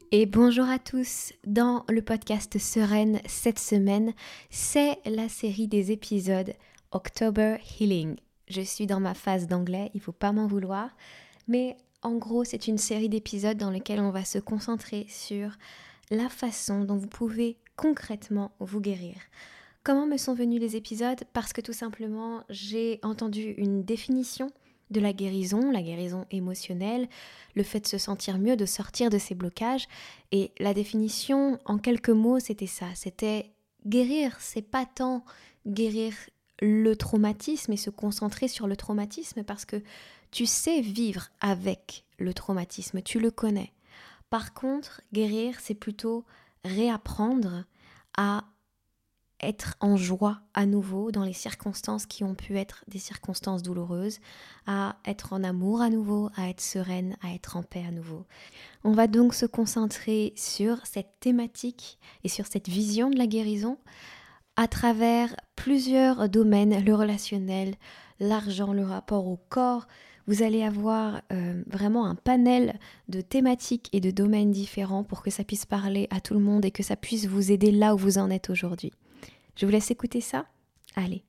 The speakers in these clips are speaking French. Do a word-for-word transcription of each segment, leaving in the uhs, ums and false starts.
Et bonjour à tous, dans le podcast Sereine cette semaine, c'est la série des épisodes October Healing. Je suis dans ma phase d'anglais, il ne faut pas m'en vouloir, mais en gros c'est une série d'épisodes dans lesquels on va se concentrer sur la façon dont vous pouvez concrètement vous guérir. Comment me sont venus les épisodes ? Parce que tout simplement j'ai entendu une définition de la guérison, la guérison émotionnelle, le fait de se sentir mieux, de sortir de ses blocages. Et la définition, en quelques mots, c'était ça. C'était guérir, c'est pas tant guérir le traumatisme et se concentrer sur le traumatisme parce que tu sais vivre avec le traumatisme, tu le connais. Par contre, guérir, c'est plutôt réapprendre à être en joie à nouveau dans les circonstances qui ont pu être des circonstances douloureuses, à être en amour à nouveau, à être sereine, à être en paix à nouveau. On va donc se concentrer sur cette thématique et sur cette vision de la guérison à travers plusieurs domaines, le relationnel, l'argent, le rapport au corps. Vous allez avoir euh, vraiment un panel de thématiques et de domaines différents pour que ça puisse parler à tout le monde et que ça puisse vous aider là où vous en êtes aujourd'hui. Je vous laisse écouter ça. Allez.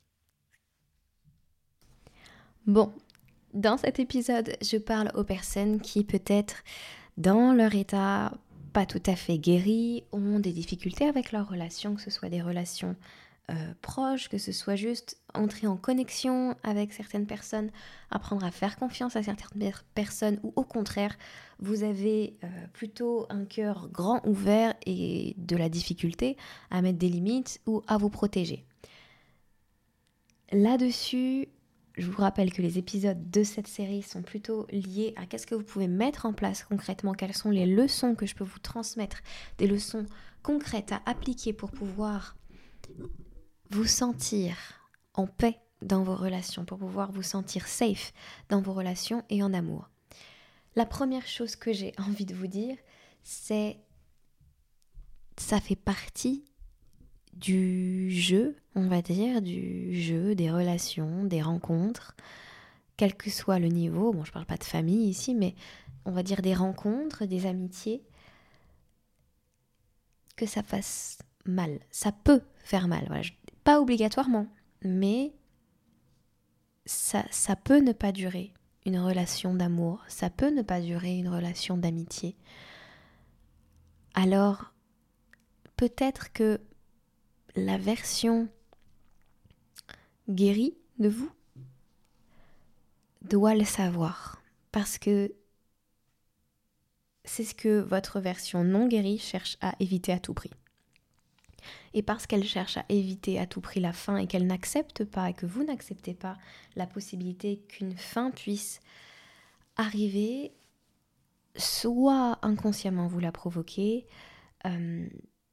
Bon, dans cet épisode, je parle aux personnes qui peut-être, dans leur état pas tout à fait guéri, ont des difficultés avec leurs relations, que ce soit des relations euh, proches, que ce soit juste entrer en connexion avec certaines personnes, apprendre à faire confiance à certaines personnes, ou au contraire, vous avez euh, plutôt un cœur grand ouvert et de la difficulté à mettre des limites ou à vous protéger. Là-dessus, je vous rappelle que les épisodes de cette série sont plutôt liés à qu'est-ce que vous pouvez mettre en place concrètement, quelles sont les leçons que je peux vous transmettre, des leçons concrètes à appliquer pour pouvoir vous sentir en paix dans vos relations, pour pouvoir vous sentir safe dans vos relations et en amour. La première chose que j'ai envie de vous dire, c'est ça fait partie du jeu, on va dire, du jeu, des relations, des rencontres, quel que soit le niveau. Bon, je parle pas de famille ici, mais on va dire des rencontres, des amitiés, que ça fasse mal. Ça peut faire mal, voilà. Pas obligatoirement, mais ça, ça peut ne pas durer une relation d'amour, ça peut ne pas durer une relation d'amitié. Alors, peut-être que la version guérie de vous doit le savoir, parce que c'est ce que votre version non guérie cherche à éviter à tout prix. Et parce qu'elle cherche à éviter à tout prix la fin et qu'elle n'accepte pas, et que vous n'acceptez pas la possibilité qu'une fin puisse arriver, soit inconsciemment vous la provoquez, euh,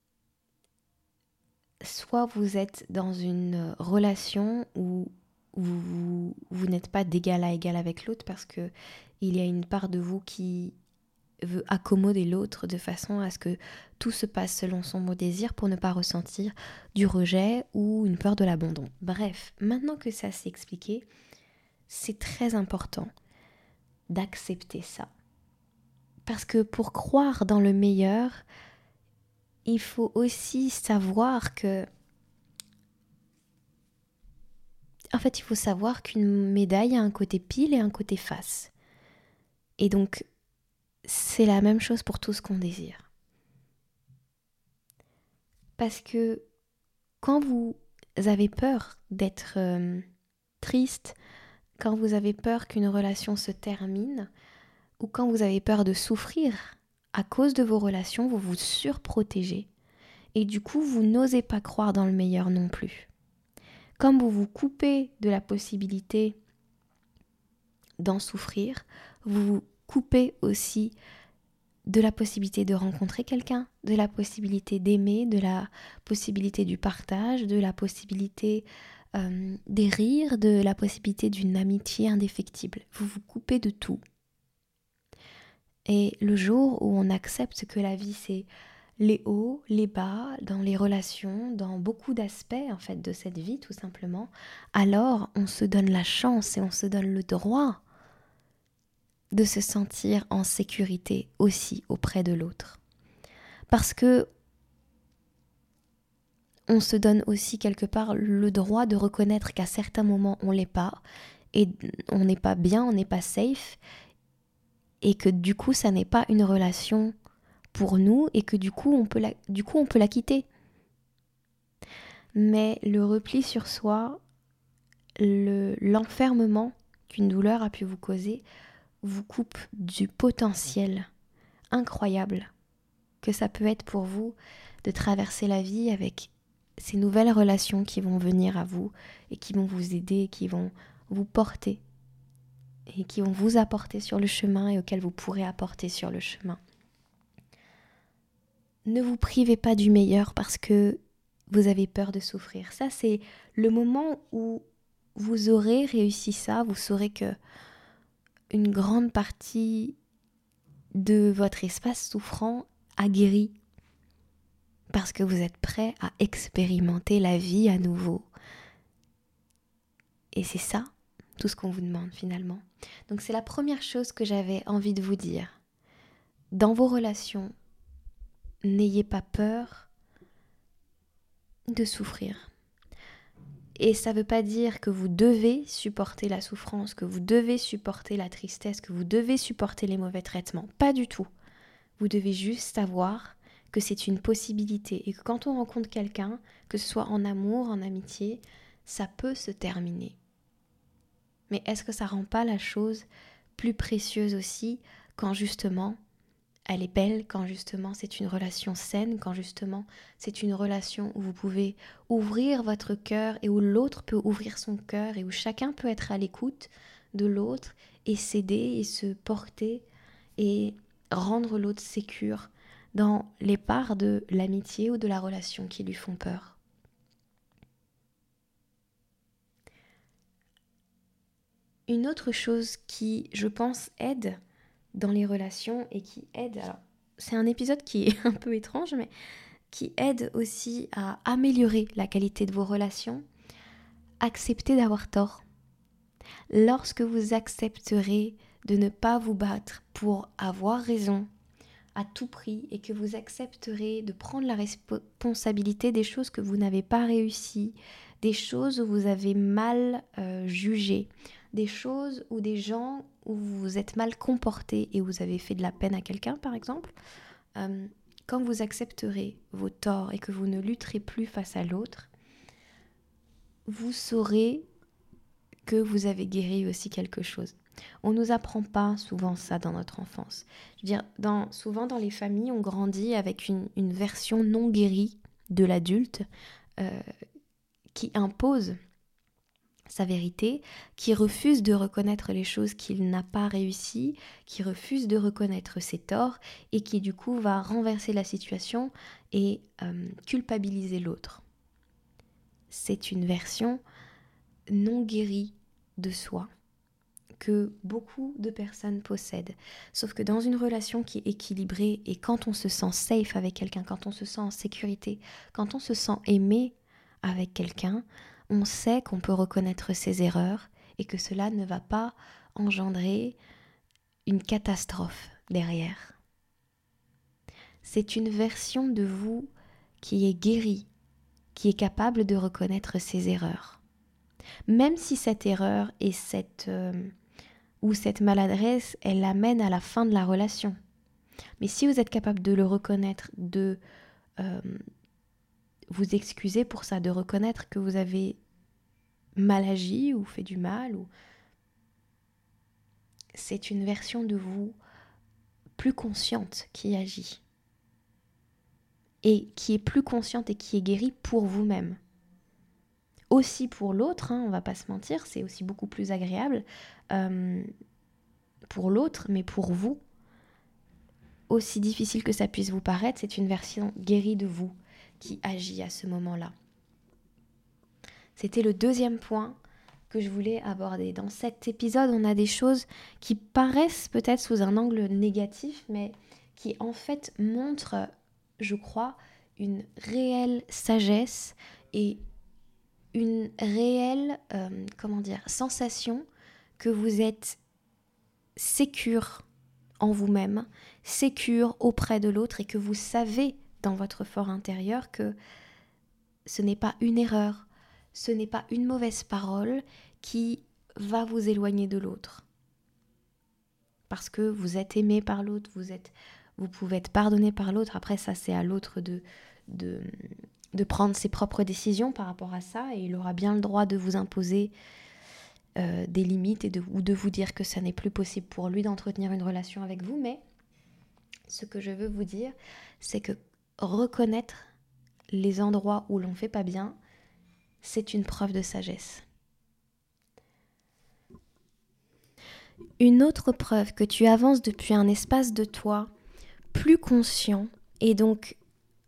soit vous êtes dans une relation où vous, vous n'êtes pas d'égal à égal avec l'autre parce qu'il y a une part de vous qui veut accommoder l'autre de façon à ce que tout se passe selon son mot désir pour ne pas ressentir du rejet ou une peur de l'abandon. Bref, maintenant que ça s'est expliqué, c'est très important d'accepter ça. Parce que pour croire dans le meilleur, il faut aussi savoir que... En fait, il faut savoir qu'une médaille a un côté pile et un côté face. Et donc, c'est la même chose pour tout ce qu'on désire. Parce que quand vous avez peur d'être euh, triste, quand vous avez peur qu'une relation se termine, ou quand vous avez peur de souffrir à cause de vos relations, vous vous surprotégez. Et du coup, vous n'osez pas croire dans le meilleur non plus. Comme vous vous coupez de la possibilité d'en souffrir, vous vous coupez aussi de la possibilité de rencontrer quelqu'un, de la possibilité d'aimer, de la possibilité du partage, de la possibilité euh, des rires, de la possibilité d'une amitié indéfectible. Vous vous coupez de tout. Et le jour où on accepte que la vie c'est les hauts, les bas, dans les relations, dans beaucoup d'aspects en fait de cette vie tout simplement, alors on se donne la chance et on se donne le droit de se sentir en sécurité aussi auprès de l'autre. Parce que on se donne aussi quelque part le droit de reconnaître qu'à certains moments on l'est pas, et on n'est pas bien, on n'est pas safe, et que du coup ça n'est pas une relation pour nous, et que du coup on peut la, du coup on peut la quitter. Mais le repli sur soi, le, l'enfermement qu'une douleur a pu vous causer, vous coupe du potentiel incroyable que ça peut être pour vous de traverser la vie avec ces nouvelles relations qui vont venir à vous et qui vont vous aider, qui vont vous porter et qui vont vous apporter sur le chemin et auxquels vous pourrez apporter sur le chemin. Ne vous privez pas du meilleur parce que vous avez peur de souffrir. Ça, c'est le moment où vous aurez réussi ça, vous saurez que une grande partie de votre espace souffrant a guéri parce que vous êtes prêt à expérimenter la vie à nouveau. Et c'est ça, tout ce qu'on vous demande finalement. Donc c'est la première chose que j'avais envie de vous dire. Dans vos relations, n'ayez pas peur de souffrir. Et ça ne veut pas dire que vous devez supporter la souffrance, que vous devez supporter la tristesse, que vous devez supporter les mauvais traitements. Pas du tout. Vous devez juste savoir que c'est une possibilité et que quand on rencontre quelqu'un, que ce soit en amour, en amitié, ça peut se terminer. Mais est-ce que ça rend pas la chose plus précieuse aussi quand justement elle est belle, quand justement c'est une relation saine, quand justement c'est une relation où vous pouvez ouvrir votre cœur et où l'autre peut ouvrir son cœur et où chacun peut être à l'écoute de l'autre et s'aider et se porter et rendre l'autre sécure dans les parts de l'amitié ou de la relation qui lui font peur. Une autre chose qui, je pense, aide dans les relations et qui aide, alors c'est un épisode qui est un peu étrange, mais qui aide aussi à améliorer la qualité de vos relations, acceptez d'avoir tort. Lorsque vous accepterez de ne pas vous battre pour avoir raison à tout prix et que vous accepterez de prendre la responsabilité des choses que vous n'avez pas réussi, des choses où vous avez mal euh, jugé, des choses ou des gens où vous vous êtes mal comporté et vous avez fait de la peine à quelqu'un par exemple, euh, quand vous accepterez vos torts et que vous ne lutterez plus face à l'autre, vous saurez que vous avez guéri aussi quelque chose. On ne nous apprend pas souvent ça dans notre enfance. Je veux dire, dans, souvent dans les familles, on grandit avec une, une version non guérie de l'adulte euh, qui impose sa vérité, qui refuse de reconnaître les choses qu'il n'a pas réussi, qui refuse de reconnaître ses torts et qui du coup va renverser la situation et euh, culpabiliser l'autre. C'est une version non guérie de soi que beaucoup de personnes possèdent. Sauf que dans une relation qui est équilibrée et quand on se sent safe avec quelqu'un, quand on se sent en sécurité, quand on se sent aimé avec quelqu'un, on sait qu'on peut reconnaître ses erreurs et que cela ne va pas engendrer une catastrophe derrière. C'est une version de vous qui est guérie, qui est capable de reconnaître ses erreurs. Même si cette erreur et cette... Euh, ou cette maladresse, elle l'amène à la fin de la relation. Mais si vous êtes capable de le reconnaître, de euh, vous excuser pour ça, de reconnaître que vous avez mal agi ou fait du mal, ou... c'est une version de vous plus consciente qui agit. Et qui est plus consciente et qui est guérie pour vous-même. Aussi pour l'autre, hein, on va pas se mentir, c'est aussi beaucoup plus agréable euh, pour l'autre, mais pour vous, aussi difficile que ça puisse vous paraître, c'est une version guérie de vous qui agit à ce moment-là. C'était le deuxième point que je voulais aborder. Dans cet épisode, on a des choses qui paraissent peut-être sous un angle négatif, mais qui en fait montrent, je crois, une réelle sagesse et une réelle, euh, comment dire, sensation que vous êtes sécure en vous-même, sécure auprès de l'autre et que vous savez dans votre fort intérieur que ce n'est pas une erreur, ce n'est pas une mauvaise parole qui va vous éloigner de l'autre. Parce que vous êtes aimé par l'autre, vous êtes, vous pouvez être pardonné par l'autre. Après ça, c'est à l'autre de, de, de prendre ses propres décisions par rapport à ça et il aura bien le droit de vous imposer euh, des limites et de, ou de vous dire que ça n'est plus possible pour lui d'entretenir une relation avec vous. Mais ce que je veux vous dire, c'est que reconnaître les endroits où l'on ne fait pas bien, c'est une preuve de sagesse. Une autre preuve que tu avances depuis un espace de toi plus conscient et donc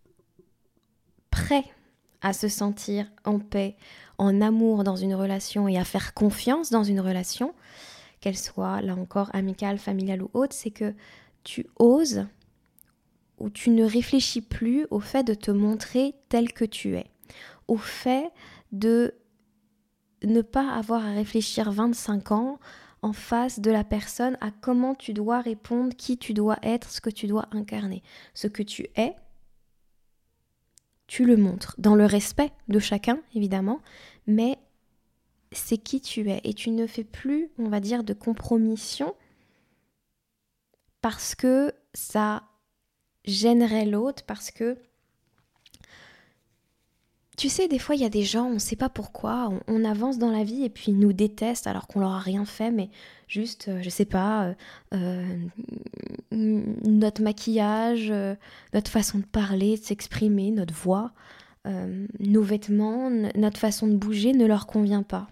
prêt à se sentir en paix, en amour dans une relation et à faire confiance dans une relation, qu'elle soit là encore amicale, familiale ou autre, c'est que tu oses ou tu ne réfléchis plus au fait de te montrer tel que tu es, au fait de ne pas avoir à réfléchir vingt-cinq ans en face de la personne à comment tu dois répondre, qui tu dois être, ce que tu dois incarner. Ce que tu es, tu le montres, dans le respect de chacun, évidemment, mais c'est qui tu es. Et tu ne fais plus, on va dire, de compromission parce que ça gênerait l'autre, parce que tu sais, des fois, il y a des gens, on ne sait pas pourquoi, on, on avance dans la vie et puis ils nous détestent alors qu'on leur a rien fait, mais juste, euh, je sais pas, euh, euh, notre maquillage, euh, notre façon de parler, de s'exprimer, notre voix, euh, nos vêtements, n- notre façon de bouger ne leur convient pas.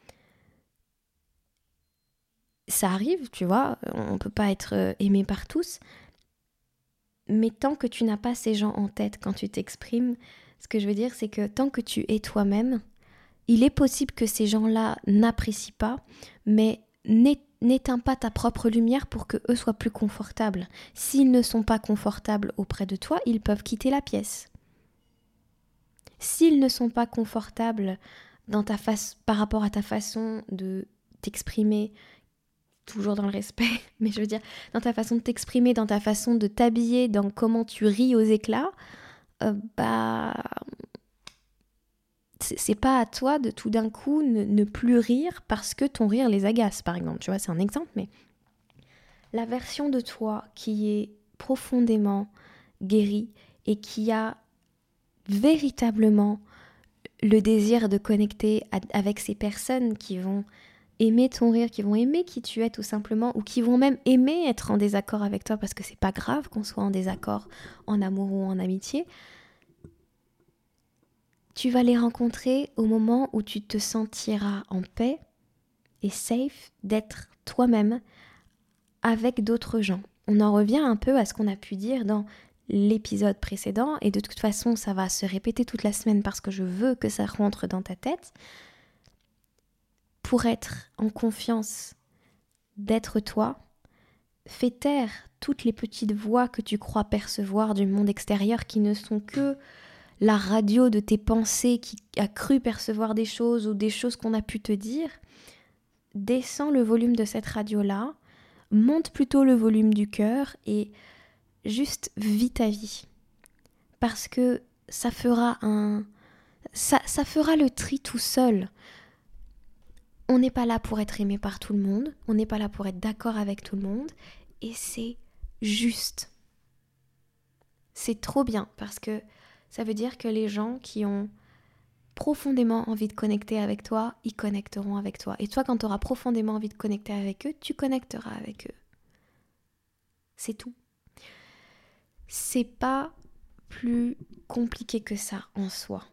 Ça arrive, tu vois, on ne peut pas être euh, aimé par tous, mais tant que tu n'as pas ces gens en tête quand tu t'exprimes, ce que je veux dire, c'est que tant que tu es toi-même, il est possible que ces gens-là n'apprécient pas, mais n'éteins pas ta propre lumière pour que eux soient plus confortables. S'ils ne sont pas confortables auprès de toi, ils peuvent quitter la pièce. S'ils ne sont pas confortables dans ta face, par rapport à ta façon de t'exprimer, toujours dans le respect, mais je veux dire, dans ta façon de t'exprimer, dans ta façon de t'habiller, dans comment tu ris aux éclats, euh, bah... c'est pas à toi de tout d'un coup ne, ne plus rire parce que ton rire les agace, par exemple. Tu vois, c'est un exemple, mais la version de toi qui est profondément guérie et qui a véritablement le désir de connecter avec ces personnes qui vont aimer ton rire, qui vont aimer qui tu es tout simplement, ou qui vont même aimer être en désaccord avec toi parce que c'est pas grave qu'on soit en désaccord en amour ou en amitié. Tu vas les rencontrer au moment où tu te sentiras en paix et safe d'être toi-même avec d'autres gens. On en revient un peu à ce qu'on a pu dire dans l'épisode précédent et de toute façon ça va se répéter toute la semaine parce que je veux que ça rentre dans ta tête. Pour être en confiance d'être toi, fais taire toutes les petites voix que tu crois percevoir du monde extérieur qui ne sont que la radio de tes pensées qui a cru percevoir des choses ou des choses qu'on a pu te dire. Descends le volume de cette radio-là, monte plutôt le volume du cœur et juste vis ta vie. Parce que ça fera un... Ça, ça fera le tri tout seul. On n'est pas là pour être aimé par tout le monde, on n'est pas là pour être d'accord avec tout le monde, et c'est juste. C'est trop bien, parce que ça veut dire que les gens qui ont profondément envie de connecter avec toi, ils connecteront avec toi. Et toi, quand tu auras profondément envie de connecter avec eux, tu connecteras avec eux. C'est tout. C'est pas plus compliqué que ça en soi.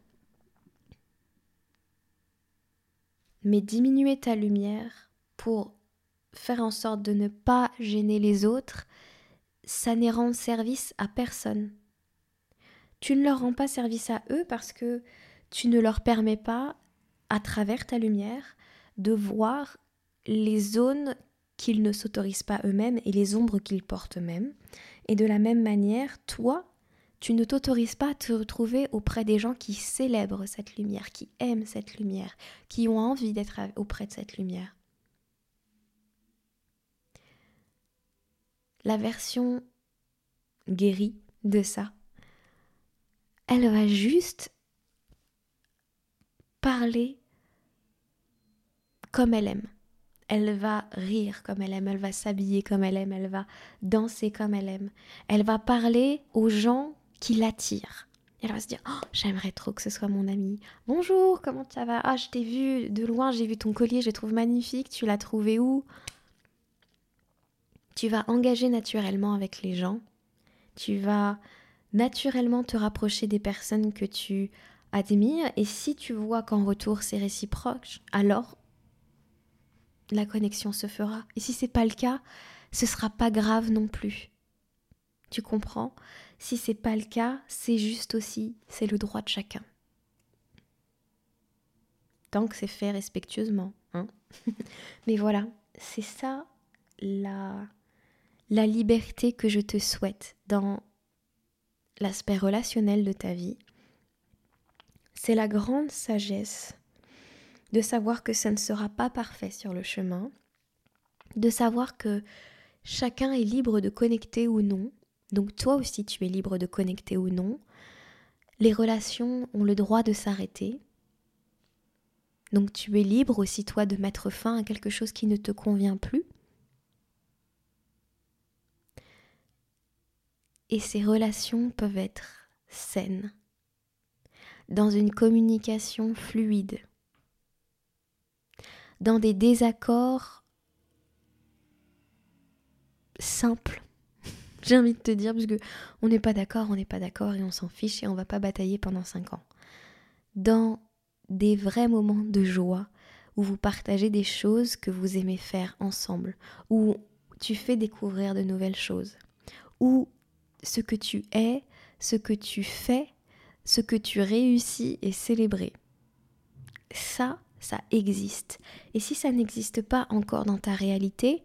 Mais diminuer ta lumière pour faire en sorte de ne pas gêner les autres, ça n'est rendre service à personne. Tu ne leur rends pas service à eux parce que tu ne leur permets pas, à travers ta lumière, de voir les zones qu'ils ne s'autorisent pas eux-mêmes et les ombres qu'ils portent eux-mêmes. Et de la même manière, toi, tu ne t'autorises pas à te retrouver auprès des gens qui célèbrent cette lumière, qui aiment cette lumière, qui ont envie d'être auprès de cette lumière. la version guérie de ça, elle va juste parler comme elle aime. Elle va rire comme elle aime, elle va s'habiller comme elle aime, elle va danser comme elle aime. Elle va parler aux gens qui l'attirent. Elle va se dire « Oh, j'aimerais trop que ce soit mon ami. Bonjour, comment ça va? Ah, je t'ai vu de loin, j'ai vu ton collier, je le trouve magnifique. Tu l'as trouvé où ?» Tu vas engager naturellement avec les gens. Tu vas naturellement te rapprocher des personnes que tu admires. Et si tu vois qu'en retour, c'est réciproque, alors la connexion se fera. Et si c'est pas le cas, ce sera pas grave non plus. Tu comprends ? Si c'est pas le cas, c'est juste aussi, c'est le droit de chacun. Tant que c'est fait respectueusement, hein. Mais voilà, c'est ça la, la liberté que je te souhaite dans l'aspect relationnel de ta vie. C'est la grande sagesse de savoir que ça ne sera pas parfait sur le chemin, de savoir que chacun est libre de connecter ou non. Donc toi aussi tu es libre de connecter ou non. Les relations ont le droit de s'arrêter. Donc tu es libre aussi toi de mettre fin à quelque chose qui ne te convient plus. Et ces relations peuvent être saines, dans une communication fluide, dans des désaccords simples. J'ai envie de te dire, parce que on n'est pas d'accord, on n'est pas d'accord et on s'en fiche et on va pas batailler pendant cinq ans. Dans des vrais moments de joie où vous partagez des choses que vous aimez faire ensemble, où tu fais découvrir de nouvelles choses, où ce que tu es, ce que tu fais, ce que tu réussis est célébré. Ça, ça existe. Et si ça n'existe pas encore dans ta réalité,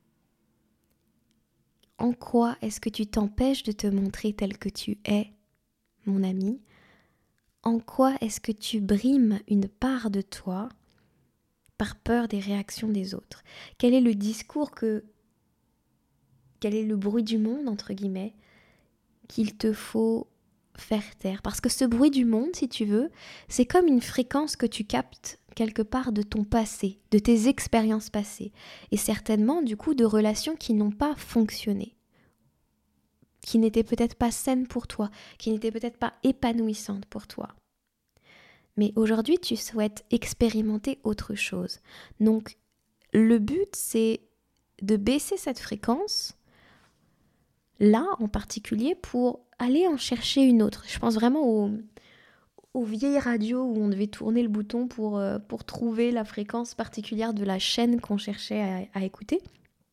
en quoi est-ce que tu t'empêches de te montrer tel que tu es, mon ami ? En quoi est-ce que tu brimes une part de toi par peur des réactions des autres ? Quel est le discours que... Quel est le bruit du monde, entre guillemets, qu'il te faut faire taire ? Parce que ce bruit du monde, si tu veux, c'est comme une fréquence que tu captes quelque part de ton passé, de tes expériences passées, et certainement, du coup, de relations qui n'ont pas fonctionné, qui n'étaient peut-être pas saines pour toi, qui n'étaient peut-être pas épanouissantes pour toi. Mais aujourd'hui, tu souhaites expérimenter autre chose. Donc, le but, c'est de baisser cette fréquence, là en particulier, pour aller en chercher une autre. Je pense vraiment aux, aux vieilles radios où on devait tourner le bouton pour, euh, pour trouver la fréquence particulière de la chaîne qu'on cherchait à, à écouter.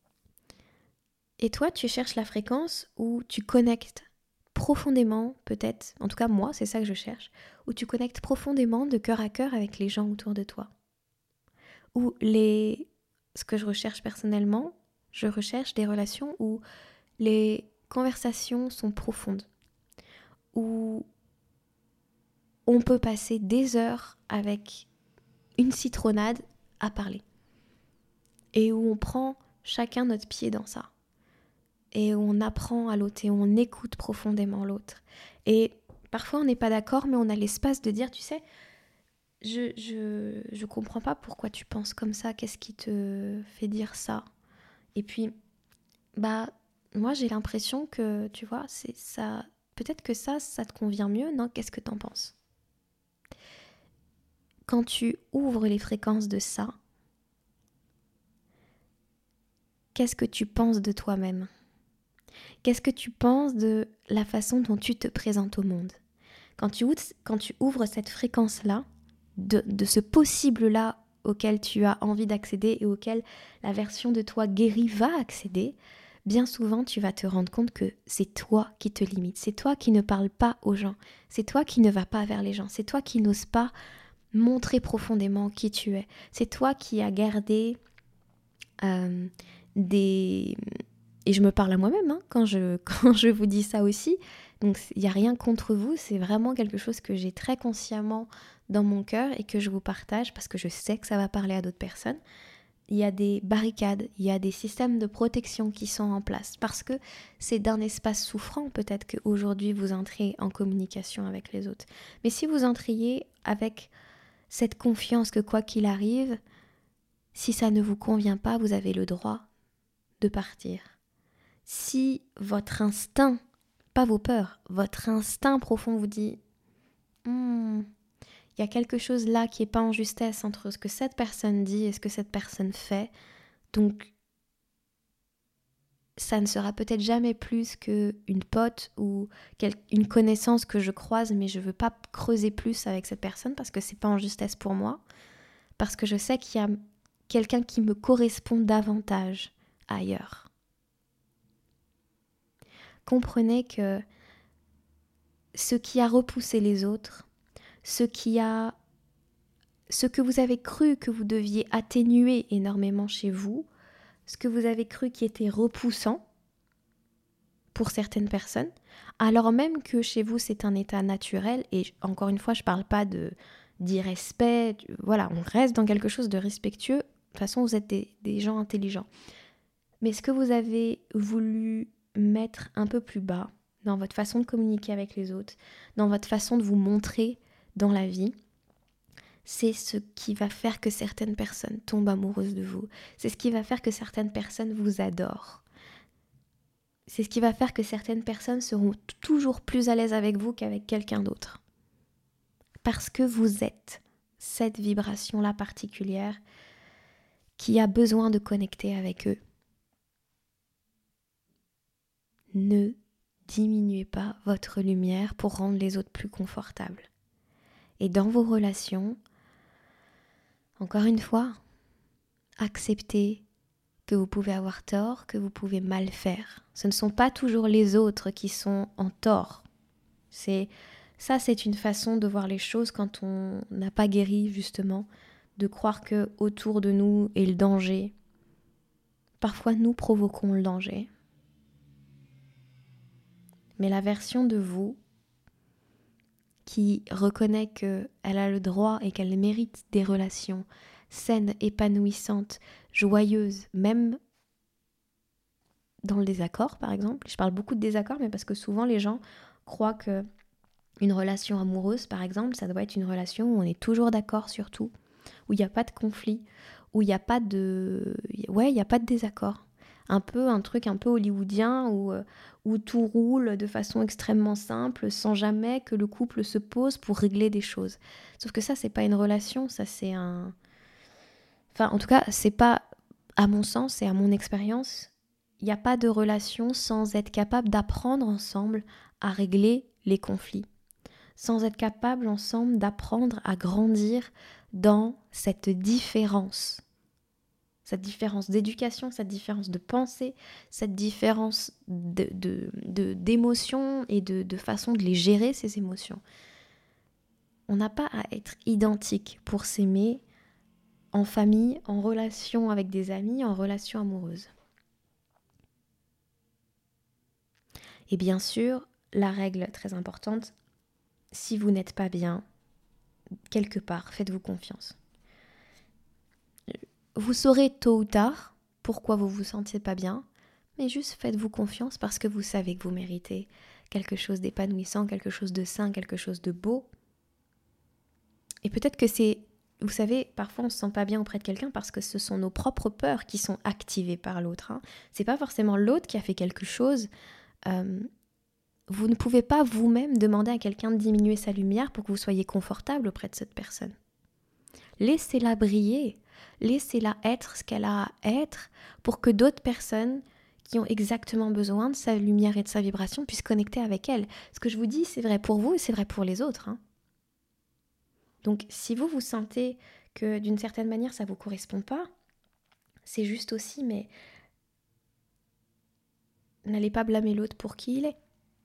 Et toi, tu cherches la fréquence où tu connectes profondément, peut-être, en tout cas moi, c'est ça que je cherche, où tu connectes profondément de cœur à cœur avec les gens autour de toi. Où les... ce que je recherche personnellement, je recherche des relations où les conversations sont profondes, où on peut passer des heures avec une citronnade à parler, et où on prend chacun notre pied dans ça. Et on apprend à l'autre et on écoute profondément l'autre. Et parfois on n'est pas d'accord, mais on a l'espace de dire, tu sais, je, je, je comprends pas pourquoi tu penses comme ça, qu'est-ce qui te fait dire ça ? Et puis, bah, moi j'ai l'impression que, tu vois, c'est ça, peut-être que ça, ça te convient mieux, non ? Qu'est-ce que t'en penses ? Quand tu ouvres les fréquences de ça, qu'est-ce que tu penses de toi-même ? Qu'est-ce que tu penses de la façon dont tu te présentes au monde ? Quand tu, quand tu ouvres cette fréquence-là, de, de ce possible-là auquel tu as envie d'accéder et auquel la version de toi guérie va accéder, bien souvent tu vas te rendre compte que c'est toi qui te limites, c'est toi qui ne parles pas aux gens, c'est toi qui ne vas pas vers les gens, c'est toi qui n'oses pas montrer profondément qui tu es, c'est toi qui as gardé euh, des... Et je me parle à moi-même hein, quand, je, quand je vous dis ça aussi. Donc il n'y a rien contre vous, c'est vraiment quelque chose que j'ai très consciemment dans mon cœur et que je vous partage parce que je sais que ça va parler à d'autres personnes. il y a des barricades, il y a des systèmes de protection qui sont en place parce que c'est d'un espace souffrant peut-être qu'aujourd'hui vous entrez en communication avec les autres. Mais si vous entriez avec cette confiance que quoi qu'il arrive, si ça ne vous convient pas, vous avez le droit de partir. Si votre instinct, pas vos peurs, votre instinct profond vous dit hmm, il y a quelque chose là qui n'est pas en justesse entre ce que cette personne dit et ce que cette personne fait. Donc, ça ne sera peut-être jamais plus qu'une pote ou une connaissance que je croise, mais je ne veux pas creuser plus avec cette personne parce que ce n'est pas en justesse pour moi. Parce que je sais qu'il y a quelqu'un qui me correspond davantage ailleurs. Comprenez que ce qui a repoussé les autres, ce qui a, ce que vous avez cru que vous deviez atténuer énormément chez vous, ce que vous avez cru qui était repoussant pour certaines personnes, alors même que chez vous c'est un état naturel, et encore une fois je ne parle pas de, d'irrespect, voilà, on reste dans quelque chose de respectueux, de toute façon vous êtes des, des gens intelligents. Mais ce que vous avez voulu mettre un peu plus bas dans votre façon de communiquer avec les autres, dans votre façon de vous montrer dans la vie, c'est ce qui va faire que certaines personnes tombent amoureuses de vous. C'est ce qui va faire que certaines personnes vous adorent. C'est ce qui va faire que certaines personnes seront toujours plus à l'aise avec vous qu'avec quelqu'un d'autre. Parce que vous êtes cette vibration-là particulière qui a besoin de connecter avec eux. Ne diminuez pas votre lumière pour rendre les autres plus confortables. Et dans vos relations, encore une fois, acceptez que vous pouvez avoir tort, que vous pouvez mal faire. Ce ne sont pas toujours les autres qui sont en tort. C'est, ça, c'est une façon de voir les choses quand on n'a pas guéri, justement, de croire que autour de nous est le danger. Parfois, nous provoquons le danger. Mais la version de vous qui reconnaît qu'elle a le droit et qu'elle mérite des relations saines, épanouissantes, joyeuses, même dans le désaccord par exemple. Je parle beaucoup de désaccord, mais parce que souvent les gens croient que une relation amoureuse par exemple, ça doit être une relation où on est toujours d'accord sur tout, où il n'y a pas de conflit, où il n'y a pas de... Ouais, il n'y a pas de désaccord. Un peu un truc un peu hollywoodien où, où tout roule de façon extrêmement simple sans jamais que le couple se pose pour régler des choses. Sauf que ça, c'est pas une relation, ça c'est un... Enfin, en tout cas, c'est pas, à mon sens et à mon expérience, il n'y a pas de relation sans être capable d'apprendre ensemble à régler les conflits. Sans être capable ensemble d'apprendre à grandir dans cette différence. Cette différence d'éducation, cette différence de pensée, cette différence de, de, de, d'émotions et de, de façon de les gérer, ces émotions. On n'a pas à être identique pour s'aimer en famille, en relation avec des amis, en relation amoureuse. Et bien sûr, la règle très importante, si vous n'êtes pas bien, quelque part, faites-vous confiance. Vous saurez tôt ou tard pourquoi vous vous sentiez pas bien, mais juste faites-vous confiance parce que vous savez que vous méritez quelque chose d'épanouissant, quelque chose de sain, quelque chose de beau. Et peut-être que c'est, vous savez, parfois on se sent pas bien auprès de quelqu'un parce que ce sont nos propres peurs qui sont activées par l'autre. Hein. C'est pas forcément l'autre qui a fait quelque chose. Euh, vous ne pouvez pas vous-même demander à quelqu'un de diminuer sa lumière pour que vous soyez confortable auprès de cette personne. Laissez-la briller. Laissez-la être ce qu'elle a à être pour que d'autres personnes qui ont exactement besoin de sa lumière et de sa vibration puissent connecter avec elle. Ce que je vous dis, c'est vrai pour vous et c'est vrai pour les autres. Hein. Donc, si vous vous sentez que d'une certaine manière, ça ne vous correspond pas, c'est juste aussi, mais n'allez pas blâmer l'autre pour qui il est.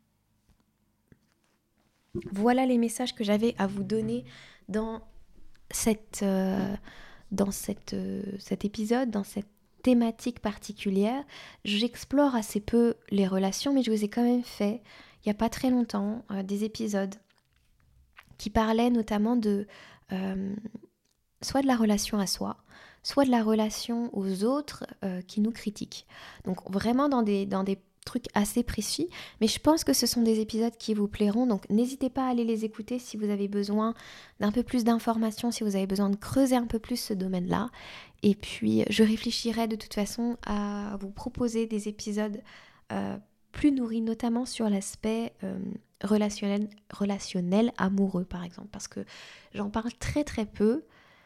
Voilà les messages que j'avais à vous donner dans cette... Euh, dans cette, euh, cet épisode, dans cette thématique particulière. J'explore assez peu les relations, mais je vous ai quand même fait, il n'y a pas très longtemps, euh, des épisodes qui parlaient notamment de euh, soit de la relation à soi, soit de la relation aux autres euh, qui nous critiquent. Donc vraiment dans des, dans des trucs assez précis, mais je pense que ce sont des épisodes qui vous plairont, donc n'hésitez pas à aller les écouter si vous avez besoin d'un peu plus d'informations, si vous avez besoin de creuser un peu plus ce domaine-là. Et puis je réfléchirai de toute façon à vous proposer des épisodes euh, plus nourris, notamment sur l'aspect euh, relationnel, relationnel amoureux par exemple, parce que j'en parle très très peu.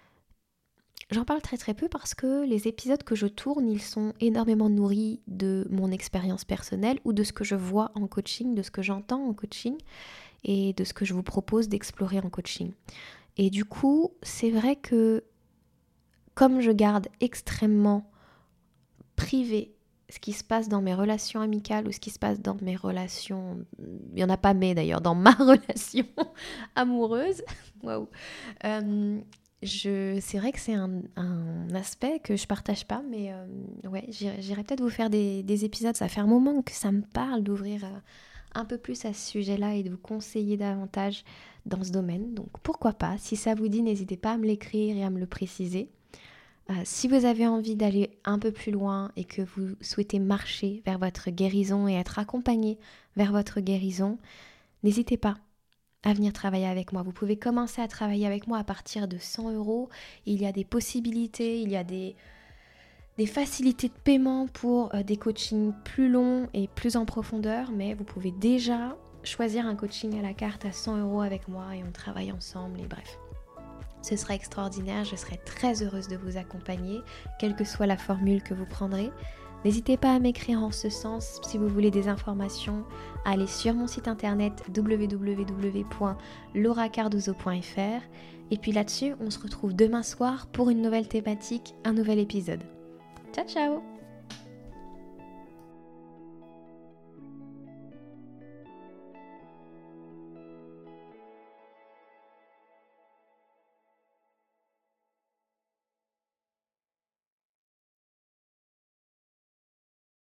J'en parle très très peu parce que les épisodes que je tourne, ils sont énormément nourris de mon expérience personnelle ou de ce que je vois en coaching, de ce que j'entends en coaching et de ce que je vous propose d'explorer en coaching. Et du coup, c'est vrai que comme je garde extrêmement privé ce qui se passe dans mes relations amicales ou ce qui se passe dans mes relations, il n'y en a pas mais d'ailleurs, dans ma relation amoureuse, waouh, euh, Je, c'est vrai que c'est un, un aspect que je partage pas, mais euh, ouais, j'irai, j'irai peut-être vous faire des, des épisodes. Ça fait un moment que ça me parle d'ouvrir euh, un peu plus à ce sujet-là et de vous conseiller davantage dans ce domaine. Donc pourquoi pas, si ça vous dit, n'hésitez pas à me l'écrire et à me le préciser. Euh, si vous avez envie d'aller un peu plus loin et que vous souhaitez marcher vers votre guérison et être accompagné vers votre guérison, n'hésitez pas à venir travailler avec moi. Vous pouvez commencer à travailler avec moi à partir de cent euros. Il y a des possibilités, il y a des, des facilités de paiement pour euh, des coachings plus longs et plus en profondeur, mais vous pouvez déjà choisir un coaching à la carte à cent euros avec moi et on travaille ensemble et bref. Ce sera extraordinaire, je serai très heureuse de vous accompagner, quelle que soit la formule que vous prendrez. N'hésitez pas à m'écrire en ce sens si vous voulez des informations. Allez sur mon site internet w w w point laura cardozo point f r et puis là-dessus, on se retrouve demain soir pour une nouvelle thématique, un nouvel épisode. Ciao ciao!